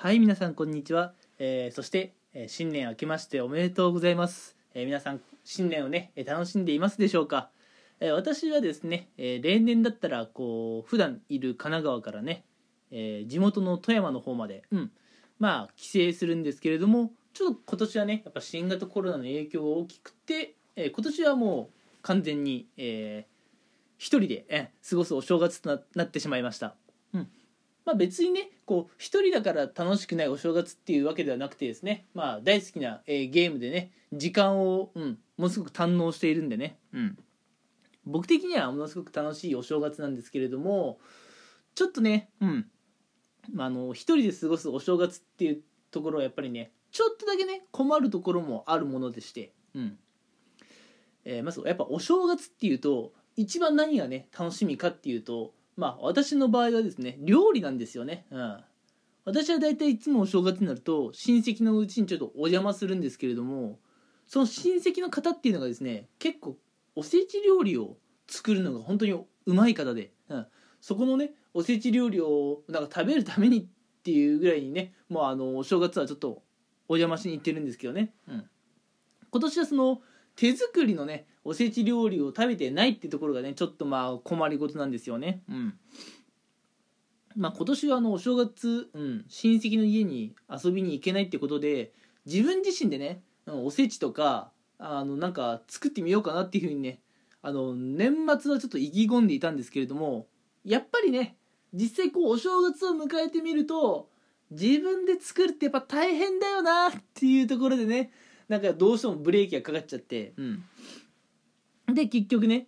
はい、皆さんこんにちは。そして、新年明けましておめでとうございます。皆さん新年をね楽しんでいますでしょうか。私はですね、例年だったら普段いる神奈川からね、地元の富山の方まで、帰省するんですけれども、ちょっと今年はねやっぱ新型コロナの影響が大きくて、今年はもう完全に、一人で、過ごすお正月となってしまいました。別にね一人だから楽しくないお正月っていうわけではなくてですね、大好きな、ゲームでね時間を、ものすごく堪能しているんでね、僕的にはものすごく楽しいお正月なんですけれども、ちょっとね、一人で過ごすお正月っていうところはやっぱりねちょっとだけね困るところもあるものでして、まずやっぱお正月っていうと一番何がね楽しみかっていうと、私の場合はですね料理なんですよね。私はだいたいいつもお正月になると親戚のうちにちょっとお邪魔するんですけれども、その親戚の方っていうのがですね結構おせち料理を作るのが本当にうまい方で、そこのねおせち料理をなんか食べるためにっていうぐらいにねもうお正月はちょっとお邪魔しに行ってるんですけどね、今年はその手作りのねおせち料理を食べてないっていうところがねちょっと困りごとなんですよね。今年はお正月、親戚の家に遊びに行けないってことで自分自身でねおせちとかなんか作ってみようかなっていうふうにね年末はちょっと意気込んでいたんですけれども、やっぱりね実際お正月を迎えてみると自分で作るってやっぱ大変だよなっていうところでねなんかどうしてもブレーキがかかっちゃって、で結局ね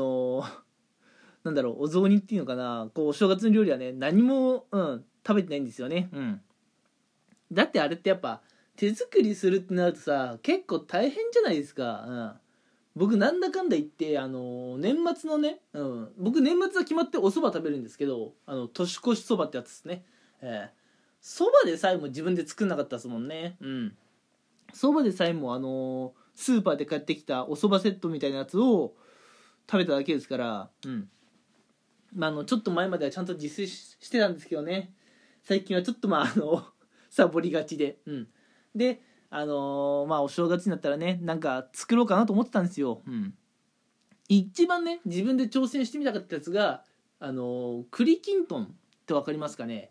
お雑煮っていうのかなお正月の料理はね何も、食べてないんですよね。だってあれってやっぱ手作りするってなるとさ結構大変じゃないですか。僕なんだかんだ言って年末のね、僕年末は決まってお蕎麦食べるんですけど年越しそばってやつですね。蕎麦でさえも自分で作んなかったですもんね。蕎麦でさえもスーパーで買ってきたお蕎麦セットみたいなやつを食べただけですから、ちょっと前まではちゃんと自炊してたんですけどね、最近はちょっとサボりがちで、でお正月になったらねなんか作ろうかなと思ってたんですよ。一番ね自分で挑戦してみたかったやつが栗きんとんって分かりますかね。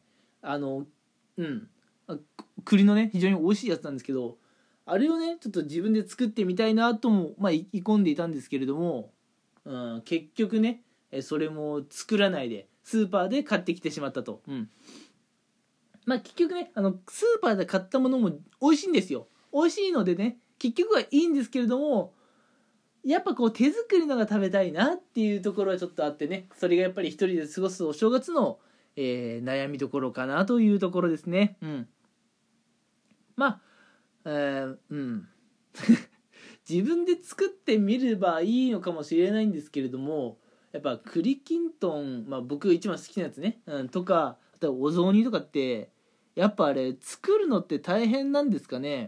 栗のね非常に美味しいやつなんですけど、あれをねちょっと自分で作ってみたいなとも意気込んでいたんですけれども、結局ねそれも作らないでスーパーで買ってきてしまったと。結局ねスーパーで買ったものも美味しいんですよ。美味しいのでね結局はいいんですけれども、やっぱ手作りのが食べたいなっていうところはちょっとあってね、それがやっぱり一人で過ごすお正月の、悩みどころかなというところですね。自分で作ってみればいいのかもしれないんですけれども、やっぱ栗きんとん、僕が一番好きなやつね、とかあとはお雑煮とかってやっぱあれ作るのって大変なんですかね。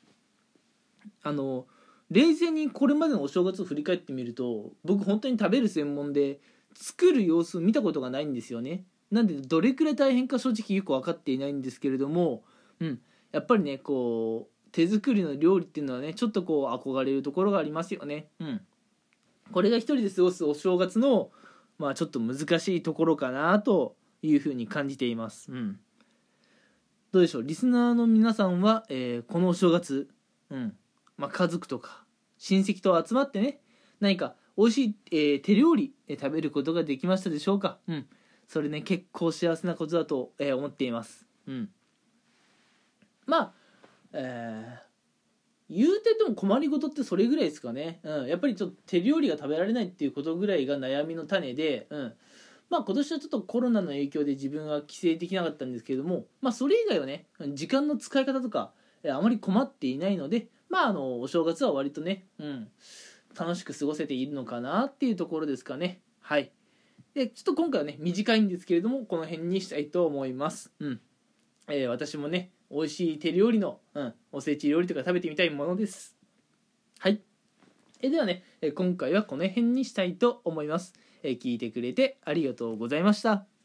冷静にこれまでのお正月を振り返ってみると僕本当に食べる専門で作る様子を見たことがないんですよね。なんでどれくらい大変か正直よく分かっていないんですけれども、やっぱりね手作りの料理っていうのはねちょっと憧れるところがありますよね。これが一人で過ごすお正月のちょっと難しいところかなというふうに感じています。どうでしょうリスナーの皆さんは、このお正月、家族とか親戚と集まってね何か美味しい、手料理、食べることができましたでしょうか。それね結構幸せなことだと、思っています。言うてても困りごとってそれぐらいですかね。やっぱりちょっと手料理が食べられないっていうことぐらいが悩みの種で、今年はちょっとコロナの影響で自分は帰省できなかったんですけれども、それ以外はね時間の使い方とかあまり困っていないので、お正月は割とね、楽しく過ごせているのかなっていうところですかね。でちょっと今回はね短いんですけれどもこの辺にしたいと思います。私もね美味しい手料理の、おせち料理とか食べてみたいものです。ではね今回はこの辺にしたいと思います。聞いてくれてありがとうございました。